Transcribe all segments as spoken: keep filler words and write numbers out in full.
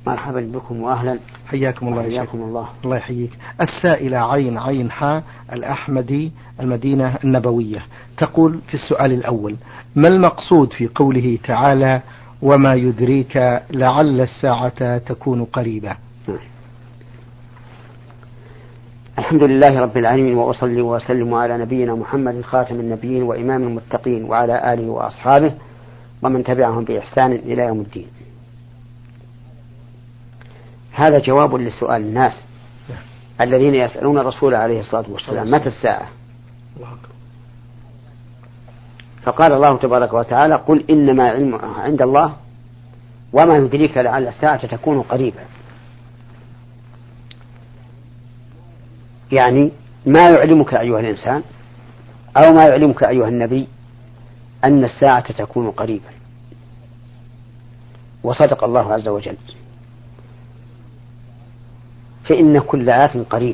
مرحبا بكم وأهلا. حياكم الله. حياكم الله. الله يحييك. السائلة عين عين حاء الأحمدي المدينة النبوية تقول في السؤال الأول: ما المقصود في قوله تعالى وما يدريك لعل الساعة تكون قريبة؟ الحمد لله رب العالمين، وأصلي وأسلم على نبينا محمد خاتم النبيين وإمام المتقين وعلى آله وأصحابه ومن تبعهم بإحسان إلى يوم الدين. هذا جواب لسؤال الناس الذين يسألون الرسول عليه الصلاة والسلام متى الساعة، فقال الله تبارك وتعالى: قل إنما علمها عند الله وما يدريك لعل الساعة تكون قريبا. يعني ما يعلمك أيها الإنسان أو ما يعلمك أيها النبي أن الساعة تكون قريبا. وصدق الله عز وجل، فإن كل آت قريب.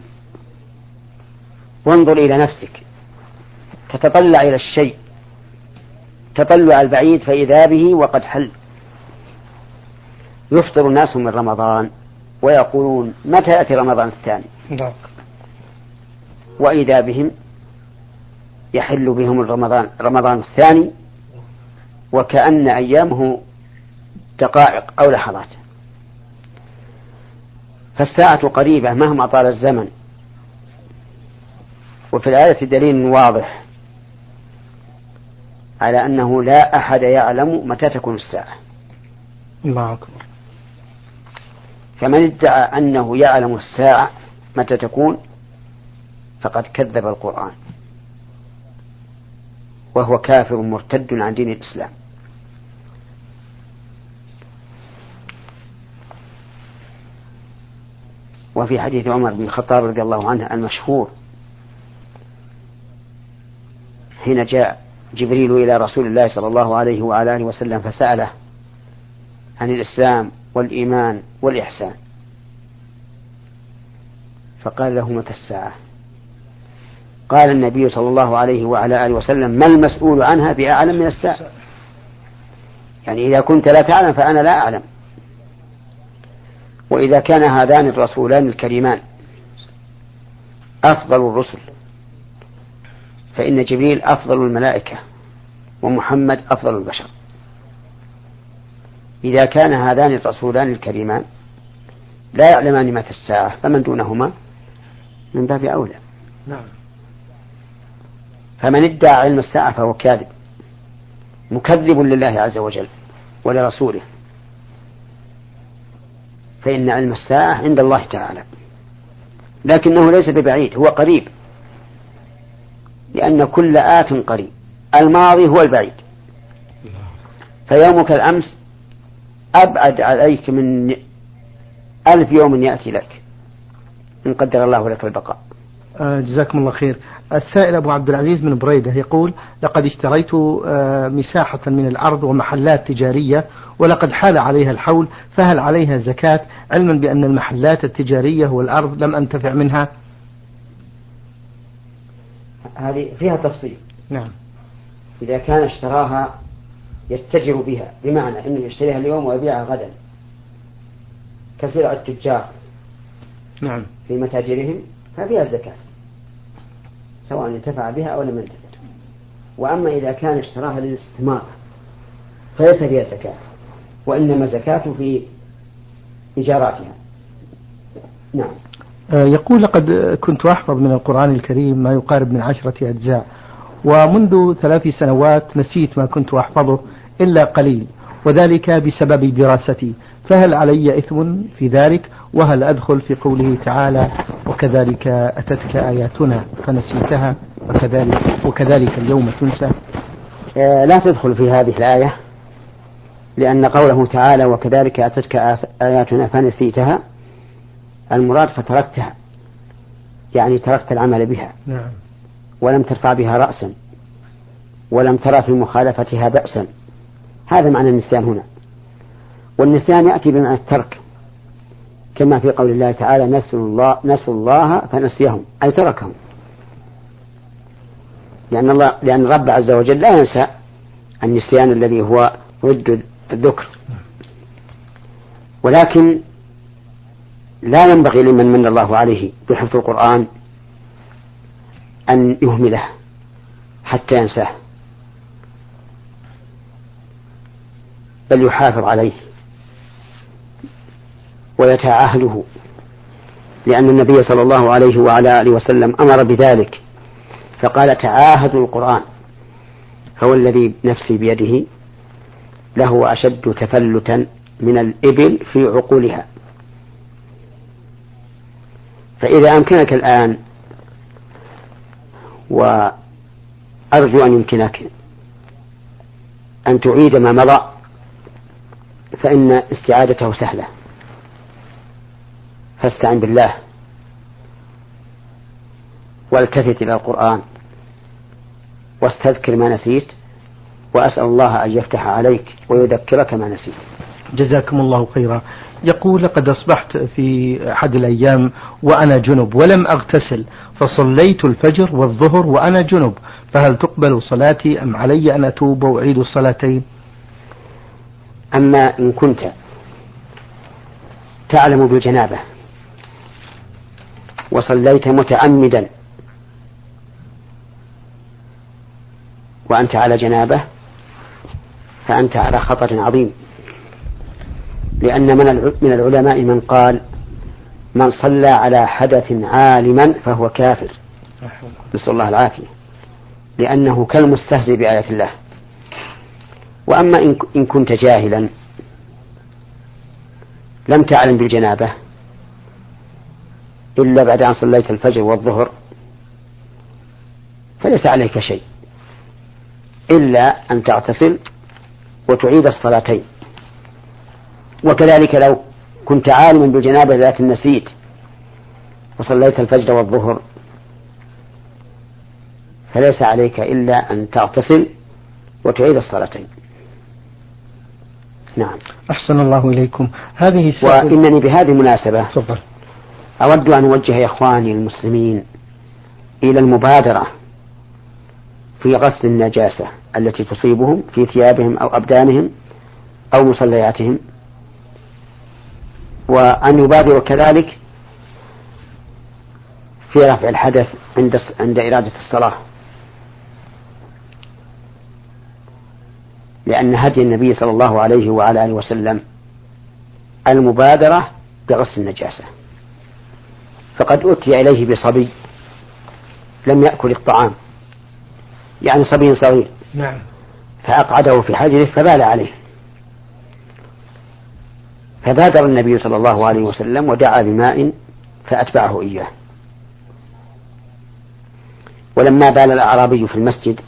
وانظر إلى نفسك، تتطلع إلى الشيء تطلع البعيد فإذا به وقد حل. يفطر الناس من رمضان ويقولون متى يأتي رمضان الثاني، وإذا بهم يحل بهم رمضان رمضان الثاني وكأن أيامه دقائق أو لحظات. فالساعة قريبة مهما طال الزمن. وفي الآية دليل واضح على أنه لا أحد يعلم متى تكون الساعة. الله أكبر. فمن ادعى أنه يعلم الساعة متى تكون فقد كذب القرآن، وهو كافر مرتد عن دين الإسلام. وفي حديث عمر بن الخطاب رضي الله عنه المشهور حين جاء جبريل إلى رسول الله صلى الله عليه وعلى آله وسلم فسأله عن الإسلام والإيمان والإحسان، فقال له متى الساعة؟ قال النبي صلى الله عليه وعلى آله وسلم: ما المسؤول عنها بأعلم من الساعة؟ يعني إذا كنت لا تعلم فأنا لا أعلم. وإذا كان هذان الرسولان الكريمان أفضل الرسل، فإن جبريل أفضل الملائكة ومحمد أفضل البشر. إذا كان هذان الرسولان الكريمان لا يعلمان متى الساعة فمن دونهما من باب أولى. نعم. فمن ادعى علم الساعة فهو كاذب مكذب لله عز وجل ولرسوله، فإن علم الساعة عند الله تعالى، لكنه ليس ببعيد، هو قريب، لأن كل آت قريب. الماضي هو البعيد، فيومك الأمس أبعد عليك من ألف يوم يأتي لك إن قدر الله لك البقاء. آه جزاكم الله خير. السائل أبو عبد العزيز من بريدة يقول: لقد اشتريت آه مساحة من الأرض ومحلات تجارية ولقد حال عليها الحول، فهل عليها زكاة علما بأن المحلات التجارية والأرض لم أنتفع منها؟ هذه فيها تفصيل. نعم. إذا كان اشتراها يتجر بها، بمعنى أنه يشتريها اليوم ويبيعها غدا كسلع التجار نعم في متاجرهم، ففيها الزكاة سواء انتفع بها أو لم ينتفع. وأما إذا كان اشتراها للاستثمار فليس فيها زكاة، وإنما زكاة في إيجاراتها. نعم. يقول: لقد كنت أحفظ من القرآن الكريم ما يقارب من عشرة أجزاء، ومنذ ثلاث سنوات نسيت ما كنت أحفظه إلا قليل، وذلك بسبب دراستي، فهل علي إثم في ذلك؟ وهل أدخل في قوله تعالى: وكذلك أتتك آياتنا فنسيتها وكذلك, وكذلك اليوم تنسى؟ لا تدخل في هذه الآية، لأن قوله تعالى وكذلك أتتك آياتنا فنسيتها المراد فتركتها، يعني تركت العمل بها. نعم. ولم ترفع بها رأسا ولم ترى في مخالفتها بأسا. هذا معنى النسيان هنا. والنسيان يأتي بمعنى الترك، كما في قول الله تعالى: نسوا الله, نسوا الله فنسيهم، أي تركهم، لأن الله لأن الرب عز وجل لا ينسى النسيان الذي هو ضد الذكر. ولكن لا ينبغي لمن من الله عليه بحفظ القرآن أن يهمله حتى ينساه، بل يحافظ عليه ويتعاهده، لأن النبي صلى الله عليه وعلى آله وسلم أمر بذلك فقال تعاهدوا القرآن، هو الذي نفسي بيده له أشد تفلتا من الإبل في عقولها. فإذا أمكنك الآن، وأرجو أن يمكنك أن تعيد ما مضى، فإن استعادته سهلة، فاستعن بالله والتفت إلى القرآن واستذكر ما نسيت، وأسأل الله أن يفتح عليك ويذكرك ما نسيت. جزاكم الله خيرا. يقول لقد أصبحت في أحد الأيام وأنا جنب ولم أغتسل، فصليت الفجر والظهر وأنا جنب، فهل تقبل صلاتي أم علي أن أتوب وأعيد الصلاتين؟ أما إن كنت تعلم بالجنابة وصليت متعمدا وأنت على جنابة فأنت على خطر عظيم، لأن من العلماء من قال من صلى على حدث عالما فهو كافر، نسأل الله العافية، لأنه كالمستهزئ بآية الله. وأما إن كنت جاهلا لم تعلم بالجنابة إلا بعد أن صليت الفجر والظهر فليس عليك شيء إلا أن تغتسل وتعيد الصلاتين. وكذلك لو كنت عالما بالجنابة لكن نسيت وصليت الفجر والظهر فليس عليك إلا أن تغتسل وتعيد الصلاتين. نعم. أحسن الله إليكم. هذه وإنني بهذه المناسبة فضل. أود أن أوجه يا إخواني المسلمين إلى المبادرة في غسل النجاسة التي تصيبهم في ثيابهم أو أبدانهم أو مصلياتهم، وأن يبادروا كذلك في رفع الحدث عند عند إرادة الصلاة، لأن هدي النبي صلى الله عليه وعلى آله وسلم المبادرة بغسل النجاسة. فقد أتي إليه بصبي لم يأكل الطعام، يعني صبي صغير، نعم، فأقعده في حجره فبال عليه، فبادر النبي صلى الله عليه وسلم ودعا بماء فأتبعه إياه. ولما بال الأعرابي في المسجد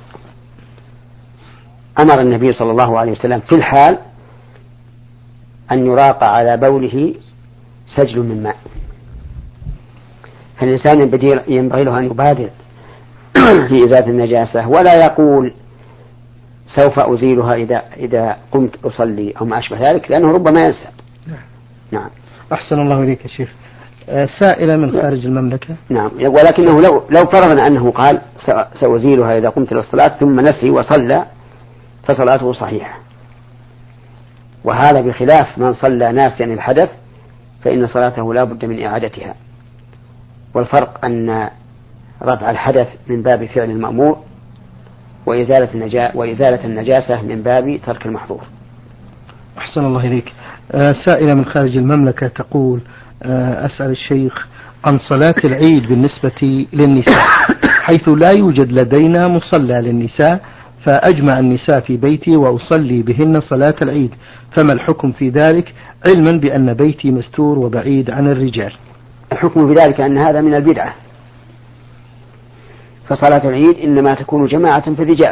أمر النبي صلى الله عليه وسلم في الحال أن يراق على بوله سجل من ماء. فالإنسان ينبغي له أن يبادر في إزالة النجاسة ولا يقول سوف أزيلها إذا إذا قمت أصلي أو ما أشبه ذلك، لأنه ربما ينسى. نعم. نعم. أحسن الله إليك يا شيخ. سائلة من خارج المملكة. نعم، ولكنه لو لو فرضنا أنه قال سأزيلها إذا قمت للصلاة ثم نسي وصلى فصلاته صحيحة، وهذا بخلاف من صلى ناسيا الحدث فإن صلاته لا بد من إعادتها. والفرق أن رفع الحدث من باب فعل المأمور وإزالة النجا وإزالة النجاسة من باب ترك المحظور. أحسن الله إليك. آه سائلة من خارج المملكة تقول آه أسأل الشيخ عن صلاة العيد بالنسبة للنساء، حيث لا يوجد لدينا مصلى للنساء، فأجمع النساء في بيتي وأصلي بهن صلاة العيد، فما الحكم في ذلك علما بأن بيتي مستور وبعيد عن الرجال؟ الحكم في ذلك أن هذا من البدعة، فصلاة العيد إنما تكون جماعة في الرجال،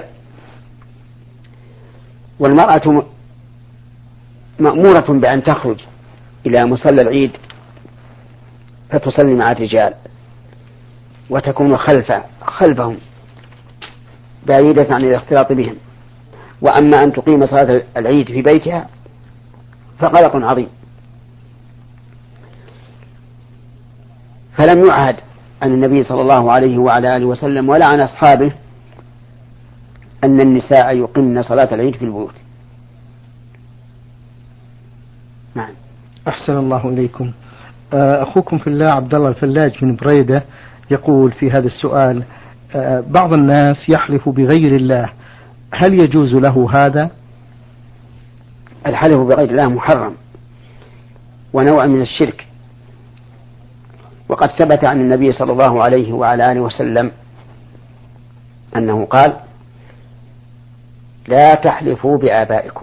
والمرأة مأمورة بأن تخرج إلى مصلى العيد فتصلي مع الرجال وتكون خلف خلفهم بعيدة عن الاختلاط بهم. وأما أن تقيم صلاة العيد في بيتها فغلط عظيم. فلم يعهد أن النبي صلى الله عليه وعلى آله وسلم ولا عن أصحابه أن النساء يقمن صلاة العيد في البيوت. نعم. أحسن الله إليكم. أخوكم في الله عبد الله الفلاج من بريدة يقول في هذا السؤال: بعض الناس يحلف بغير الله، هل يجوز له هذا؟ الحلف بغير الله محرم ونوع من الشرك، وقد ثبت عن النبي صلى الله عليه وعلى آله وسلم أنه قال: لا تحلفوا بآبائكم،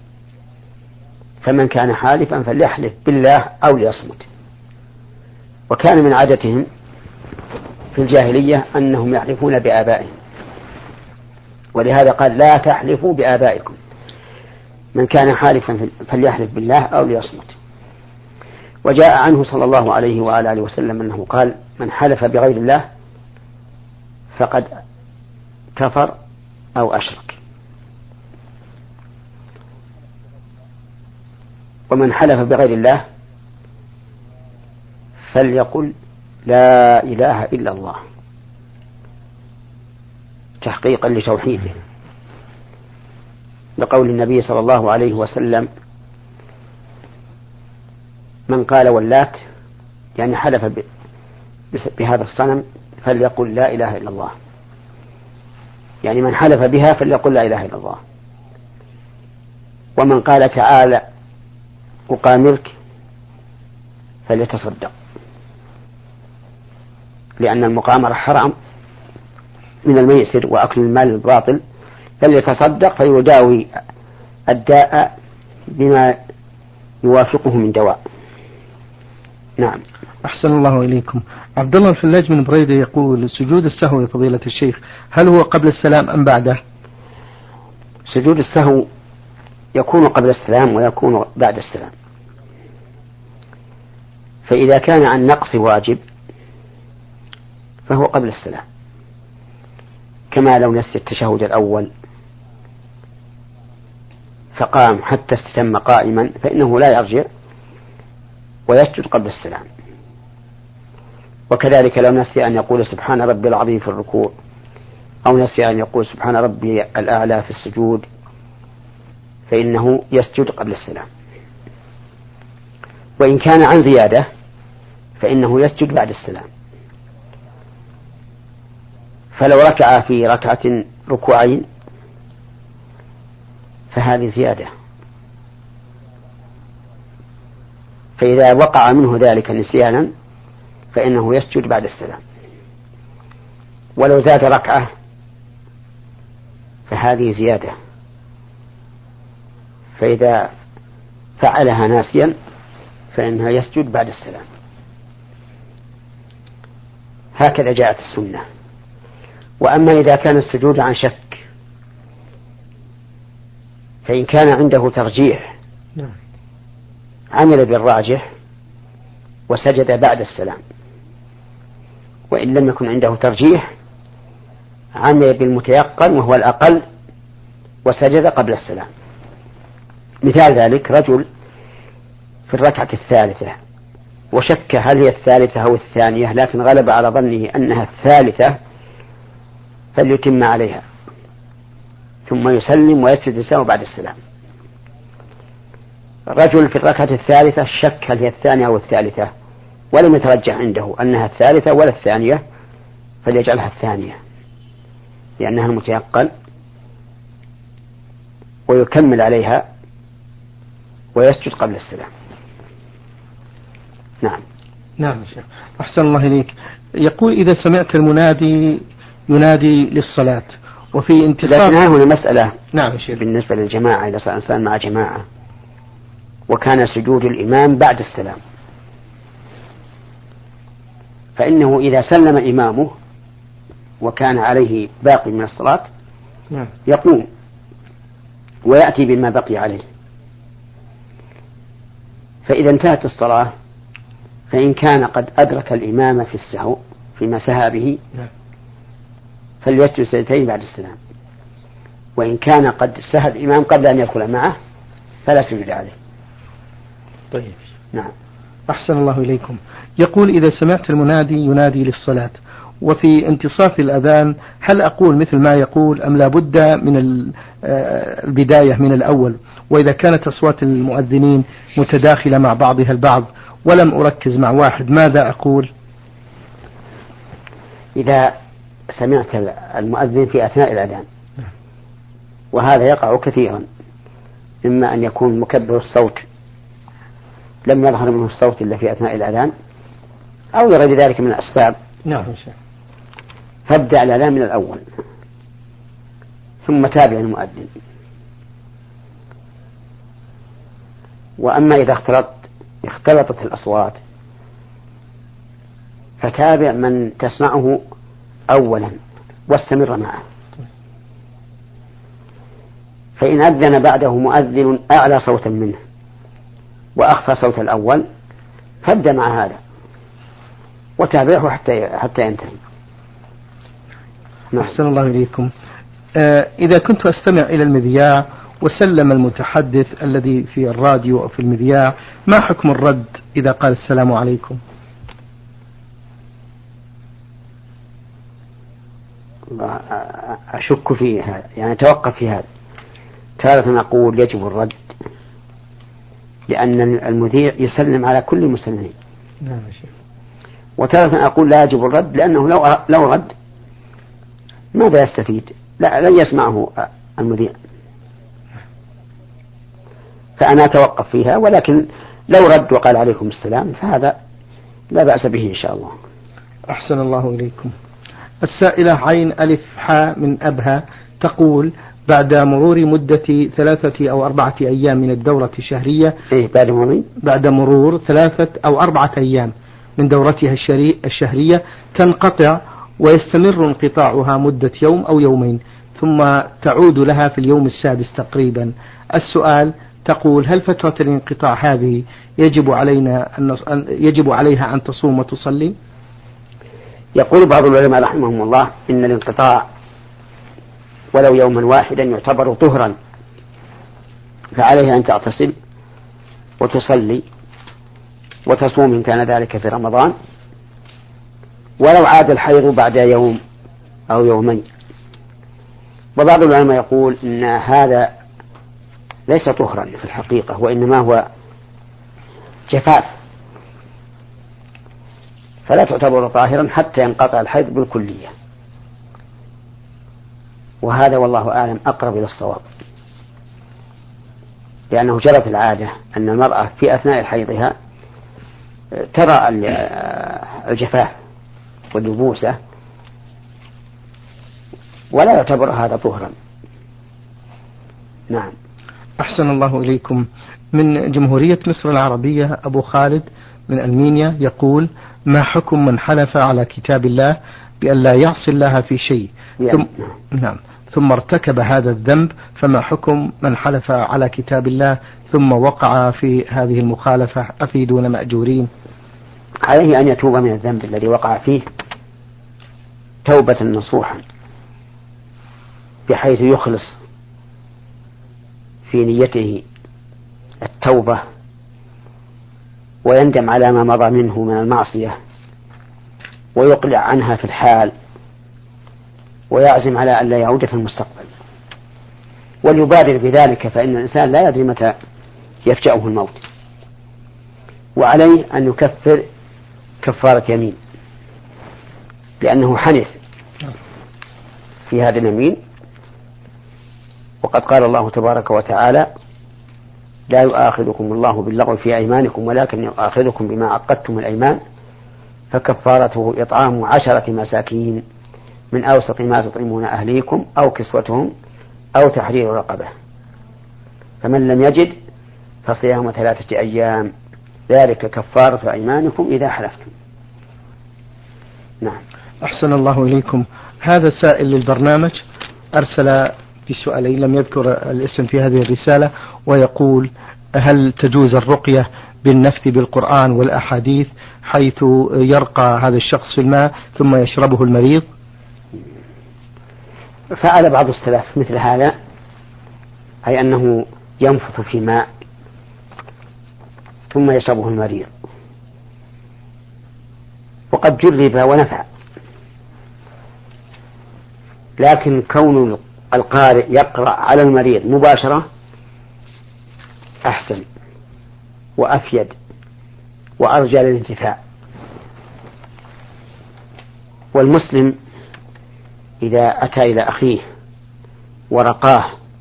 فمن كان حالفا فليحلف بالله أو ليصمت. وكان من عادتهم في الجاهلية أنهم يحلفون بآبائهم، ولهذا قال: لا تحلفوا بآبائكم، من كان حالفا فليحلف بالله أو ليصمت. وجاء عنه صلى الله عليه وعلى آله وسلم أنه قال: من حلف بغير الله فقد كفر أو أشرك، ومن حلف بغير الله فليقل لا إله إلا الله تحقيقا لتوحيده، لقول النبي صلى الله عليه وسلم: من قال واللات، يعني حلف بهذا الصنم، فليقل لا إله إلا الله، يعني من حلف بها فليقل لا إله إلا الله. ومن قال تعالى أقامرك فليتصدق، لأن المقامرة حرام من الميسر وأكل المال الباطل، فليتصدق فيداوي الداء بما يوافقه من دواء. نعم. أحسن الله إليكم. عبد الله الفلاج من بريدة يقول: سجود السهو يا فضيلة الشيخ، هل هو قبل السلام أم بعده؟ سجود السهو يكون قبل السلام ويكون بعد السلام، فإذا كان عن نقص واجب فهو قبل السلام، كما لو نسي التشهد الأول فقام حتى استتم قائما فإنه لا يرجع ويسجد قبل السلام. وكذلك لو نسي أن يقول سبحان ربي العظيم في الركوع، أو نسي أن يقول سبحان ربي الأعلى في السجود، فإنه يسجد قبل السلام. وإن كان عن زيادة فإنه يسجد بعد السلام. فلو ركع في ركعة ركوعين فهذه زيادة، فإذا وقع منه ذلك نسيانا فإنه يسجد بعد السلام. ولو زاد ركعة فهذه زيادة، فإذا فعلها ناسيا فإنها يسجد بعد السلام. هكذا جاءت السنة. وأما إذا كان السجود عن شك فإن كان عنده ترجيح عمل بالراجح وسجد بعد السلام، وإن لم يكن عنده ترجيح عمل بالمتيقن وهو الأقل وسجد قبل السلام. مثال ذلك: رجل في الركعة الثالثة وشك هل هي الثالثة أو الثانية، لكن غلب على ظنه أنها الثالثة، فليتم عليها ثم يسلم ويسجد السهو بعد السلام. رجل في الركعة الثالثة شك هل هي الثانية أو الثالثة ولم يترجح عنده أنها الثالثة ولا الثانية، فليجعلها الثانية لأنها المتيقن، ويكمل عليها ويسجد قبل السلام. نعم. نعم يا شيخ. أحسن الله إليك. يقول: إذا سمعت المنادي ينادي للصلاة وفي انتصار. لكن هنا مسألة. نعم يا شيخ. بالنسبة للجماعة، إذا صار إنسان مع جماعة وكان سجود الإمام بعد السلام، فإنه إذا سلم إمامه وكان عليه باقي من الصلاة نعم. يقوم ويأتي بما بقي عليه، فإذا انتهت الصلاة فإن كان قد أدرك الإمام في السهو فيما سهى به نعم. فليسجد سجدتين بعد السلام، وإن كان قد سهى الإمام قبل أن يدخل معه فلا سجد عليه. طيب. نعم. أحسن الله إليكم. يقول: إذا سمعت المنادي ينادي للصلاة وفي انتصاف الأذان، هل أقول مثل ما يقول أم لا بد من البداية من الأول؟ وإذا كانت أصوات المؤذنين متداخلة مع بعضها البعض ولم أركز مع واحد ماذا أقول؟ إذا سمعت المؤذن في أثناء الأذان، وهذا يقع كثيرا، إما أن يكون مكبر الصوت لم يظهر منه الصوت إلا في أثناء الأذان، أو لغير ذلك من الأسباب. نعم. فابدأ الأذان من الأول ثم تابع المؤذن. وأما إذا اختلط اختلطت الأصوات فتابع من تسمعه أولا واستمر معه، فإن أذن بعده مؤذن أعلى صوتا منه وأخفى صوت الأول فابدأ مع هذا وتابعه حتى حتى ينتهي. أحسن الله إليكم. آه إذا كنت أستمع إلى المذياع وسلم المتحدث الذي في الراديو أو في المذياع، ما حكم الرد إذا قال السلام عليكم؟ أشك في هذا، يعني توقف في هذا. تارة نقول يجب الرد لأن المذيع يسلم على كل المسلمين، وتارة أقول لا يجب الرد لأنه لو لو رد ماذا يستفيد؟ لا لن يسمعه المذيع. فأنا أتوقف فيها، ولكن لو رد وقال عليكم السلام فهذا لا بأس به إن شاء الله. أحسن الله إليكم. السائلة عين ألف حاء من أبها تقول: بعد مرور مدة ثلاثة أو أربعة أيام من الدورة الشهرية، إيه بعد مرور بعد مرور ثلاثة أو أربعة أيام من دورتها الشهرية تنقطع ويستمر انقطاعها مدة يوم أو يومين ثم تعود لها في اليوم السادس تقريبا. السؤال: تقول هل فترة الانقطاع هذه يجب علينا أن يجب عليها أن تصوم وتصلي؟ يقول بعض العلماء رحمهم الله إن الانقطاع ولو يوما واحدا يعتبر طهرا، فعليها أن تغتسل وتصلي وتصوم إن كان ذلك في رمضان، ولو عاد الحيض بعد يوم أو يومين. وبعض العلماء يقول إن هذا ليس طهرا في الحقيقة، وإنما هو جفاف، فلا تعتبر طاهرا حتى ينقطع الحيض بالكلية، وهذا والله أعلم أقرب إلى الصواب، لأنه جرت العادة أن المرأة في أثناء حيضها ترى الجفاف واليبوسة ولا يعتبر هذا طهرا. نعم. أحسن الله إليكم. من جمهورية مصر العربية أبو خالد من ألمانيا يقول: ما حكم من حلف على كتاب الله بأن لا يعصي الله في شيء ثم, نعم. ثم ارتكب هذا الذنب، فما حكم من حلف على كتاب الله ثم وقع في هذه المخالفة أفيدون مأجورين؟ عليه أن يتوب من الذنب الذي وقع فيه توبة نصوحا، بحيث يخلص في نيته التوبة ويندم على ما مضى منه من المعصية ويقلع عنها في الحال ويعزم على أن لا يعود في المستقبل، وليبادر بذلك، فإن الإنسان لا يدري متى يفجأه الموت. وعليه أن يكفر كفارة يمين، لأنه حنث في هذا اليمين، وقد قال الله تبارك وتعالى: لا يؤاخذكم الله باللغو في أيمانكم ولكن يؤاخذكم بما عقدتم الأيمان فكفارته إطعام عشرة مساكين من أوسط ما تطعمون أهليكم أو كسوتهم أو تحرير رقبة، فمن لم يجد فصيام ثلاثة أيام ذلك كفارة أيمانكم إذا حلفتم. نعم. أحسن الله إليكم. هذا سائل للبرنامج أرسل بسؤالين لم يذكر الاسم في هذه الرسالة، ويقول: هل تجوز الرقية بالنفث بالقرآن والأحاديث حيث يرقى هذا الشخص في الماء ثم يشربه المريض؟ فعل بعض السلف مثل هذا، أي أنه ينفث في ماء ثم يشربه المريض، وقد جرب ونفع، لكن كون القارئ يقرأ على المريض مباشرة أحسن وأفيد وأرجى للانتفاع. والمسلم إذا أتى إلى أخيه ورقاه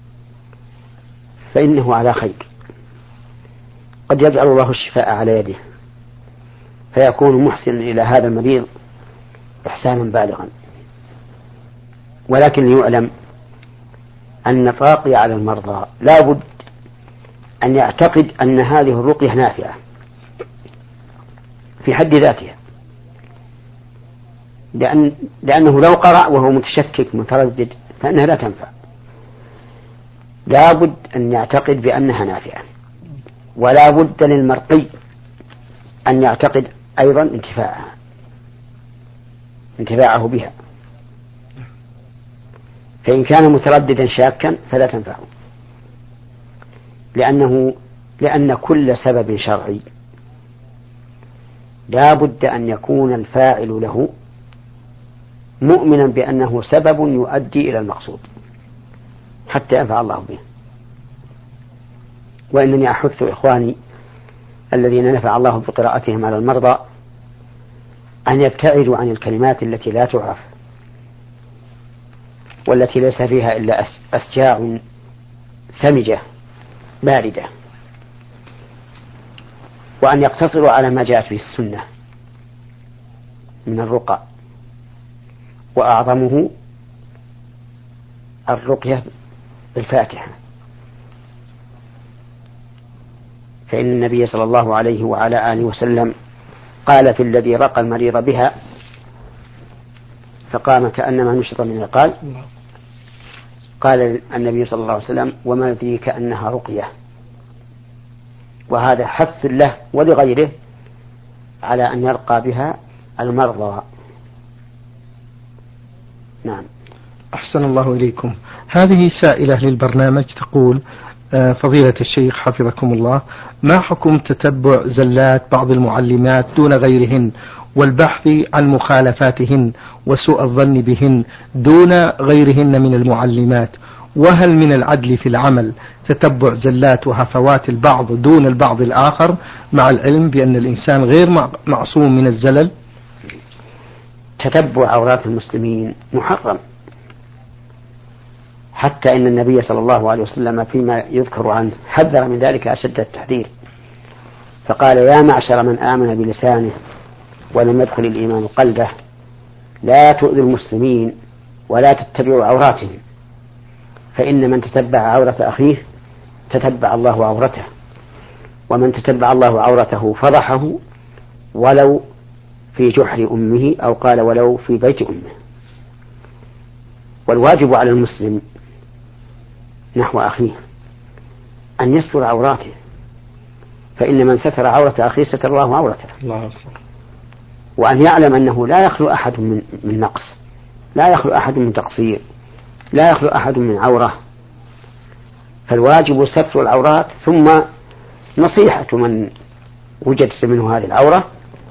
فإنه على خير، قد يجعل الله الشفاء على يده فيكون محسنا إلى هذا المريض إحسانا بالغا. ولكن ليعلم أن الراقي على المرضى لا بد أن يعتقد أن هذه الرقية نافعة في حد ذاتها، لأن لأنه لو قرأ وهو متشكك متردد فإنها لا تنفع. لا بد أن يعتقد بأنها نافعة، ولا بد للمرقي أن يعتقد أيضا انتفاعها انتفاعه بها، فإن كان مترددا شاكا فلا تنفعه، لأنه لأن كل سبب شرعي لا بد أن يكون الفاعل له مؤمنا بأنه سبب يؤدي إلى المقصود حتى ينفع الله به. وإنني أحث إخواني الذين نفع الله بقراءتهم على المرضى أن يبتعدوا عن الكلمات التي لا تعرف والتي ليس فيها إلا أسجاع سمجة باردة، وأن يقتصروا على ما جاءت به السنة من الرقى، وأعظمه الرقية بالفاتحة، فإن النبي صلى الله عليه وعلى آله وسلم قال في الذي رقى المريض بها فقام كأنما نشط من العقال، قال النبي صلى الله عليه وسلم وما يدريك أنها رقية. وهذا حث له ولغيره على أن يرقى بها المرضى. نعم. أحسن الله إليكم. هذه سائلة للبرنامج تقول: فضيلة الشيخ حفظكم الله، ما حكم تتبع زلات بعض المعلمات دون غيرهن والبحث عن مخالفاتهن وسوء الظن بهن دون غيرهن من المعلمات؟ وهل من العدل في العمل تتبع زلات وهفوات البعض دون البعض الآخر مع العلم بأن الإنسان غير معصوم من الزلل؟ تتبع عورات المسلمين محرم، حتى إن النبي صلى الله عليه وسلم فيما يذكر عنه حذر من ذلك أشد التحذير، فقال: يا معشر من آمن بلسانه ولم يدخل الإيمان قلبه لا تؤذوا المسلمين ولا تتبعوا عوراتهم، فإن من تتبع عورة أخيه تتبع الله عورته، ومن تتبع الله عورته فضحه ولو في جحر أمه، أو قال ولو في بيت أمه. والواجب على المسلم نحو أخيه أن يستر عوراته، فإن من ستر عورة أخيه ستر الله عورته. الله أكبر. وأن يعلم أنه لا يخلو أحد من, من نقص، لا يخلو أحد من تقصير، لا يخلو أحد من عورة، فالواجب ستر العورات ثم نصيحة من وجدت منه هذه العورة،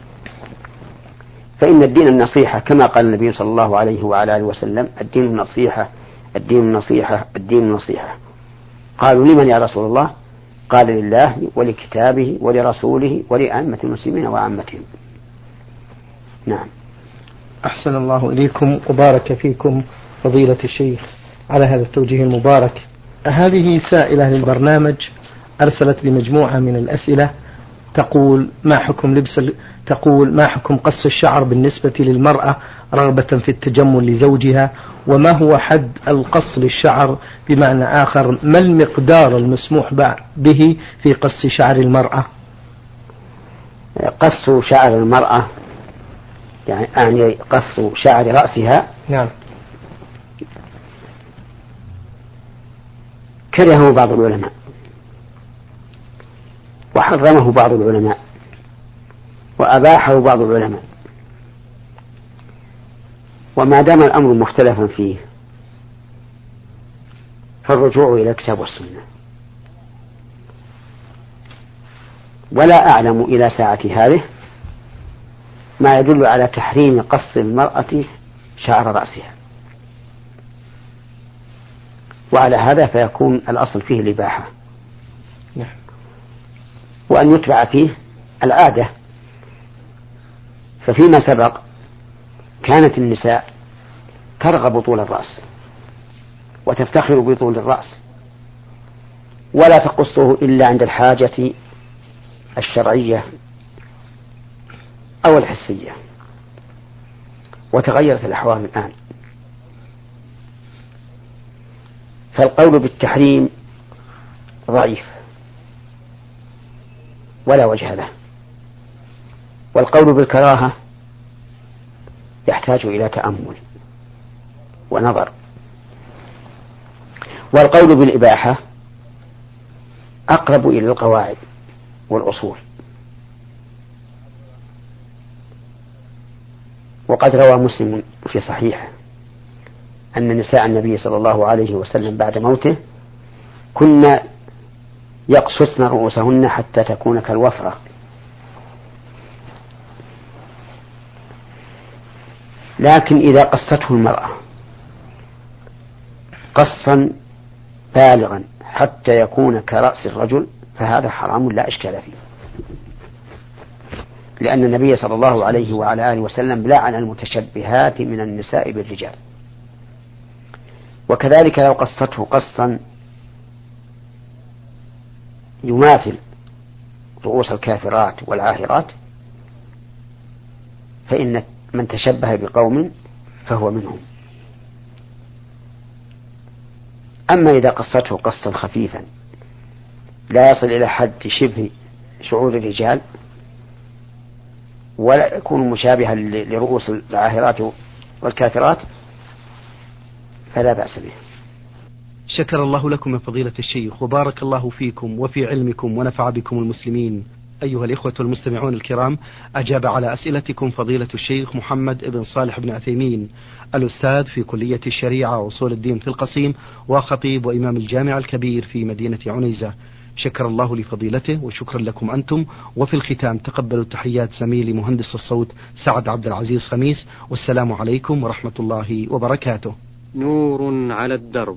فإن الدين النصيحة كما قال النبي صلى الله عليه وعلى آله وسلم: الدين النصيحة الدين النصيحة الدين النصيحة. قالوا: لمن يا رسول الله؟ قال: لله ولكتابه ولرسوله ولأئمة المسلمين وعامتهم. نعم. أحسن الله إليكم وبارك فيكم فضيلة الشيخ على هذا التوجيه المبارك. هذه سائلة للبرنامج أرسلت بمجموعة من الأسئلة تقول: ما حكم لبس تقول ما حكم قص الشعر بالنسبة للمرأة رغبة في التجمل لزوجها؟ وما هو حد القص للشعر؟ بمعنى آخر، ما المقدار المسموح به في قص شعر المرأة؟ قص شعر المرأة يعني أعني قص شعر رأسها. نعم. كرهه بعض العلماء وحرمه بعض العلماء وأباحه بعض العلماء، وما دام الأمر مختلفا فيه فالرجوع إلى الكتاب والسنة. ولا أعلم إلى ساعة هذه ما يدل على تحريم قص المرأة شعر رأسها، وعلى هذا فيكون الأصل فيه الإباحة، وأن يتبع فيه العادة ففيما سبق كانت النساء ترغب طول الرأس وتفتخر بطول الرأس ولا تقصه إلا عند الحاجة الشرعية أو الحسية. وتغيرت الأحوال الآن، فالقول بالتحريم ضعيف ولا وجه له، والقول بالكراهة يحتاج إلى تأمل ونظر، والقول بالإباحة أقرب إلى القواعد والأصول. وقد روى مسلم في صحيحه أن نساء النبي صلى الله عليه وسلم بعد موته كنا يقصصن رؤوسهن حتى تكون كالوفرة، لكن إذا قصته المرأة قصا بالغا حتى يكون كرأس الرجل فهذا حرام لا إشكال فيه، لأن النبي صلى الله عليه وعلى آله وسلم لعن المتشبهات من النساء بالرجال. وكذلك لو قصته قصا يماثل رؤوس الكافرات والعاهرات فإن من تشبه بقوم فهو منهم. أما إذا قصته قصا خفيفا لا يصل إلى حد شبه شعور الرجال ولا يكون مشابها لرؤوس العاهرات والكافرات فلا بأس به. شكر الله لكم يا فضيلة الشيخ وبارك الله فيكم وفي علمكم ونفع بكم المسلمين. أيها الإخوة المستمعون الكرام، أجاب على أسئلتكم فضيلة الشيخ محمد بن صالح بن عثيمين، الأستاذ في كلية الشريعة وأصول الدين في القصيم وخطيب وإمام الجامع الكبير في مدينة عنيزة. شكر الله لفضيلته وشكرا لكم أنتم. وفي الختام تقبلوا تحيات زميلي مهندس الصوت سعد عبد العزيز خميس، والسلام عليكم ورحمة الله وبركاته. نور على الدرب،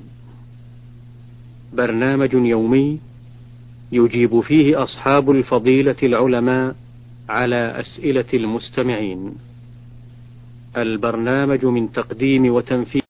برنامج يومي يجيب فيه أصحاب الفضيلة العلماء على أسئلة المستمعين. البرنامج من تقديم وتنفيذ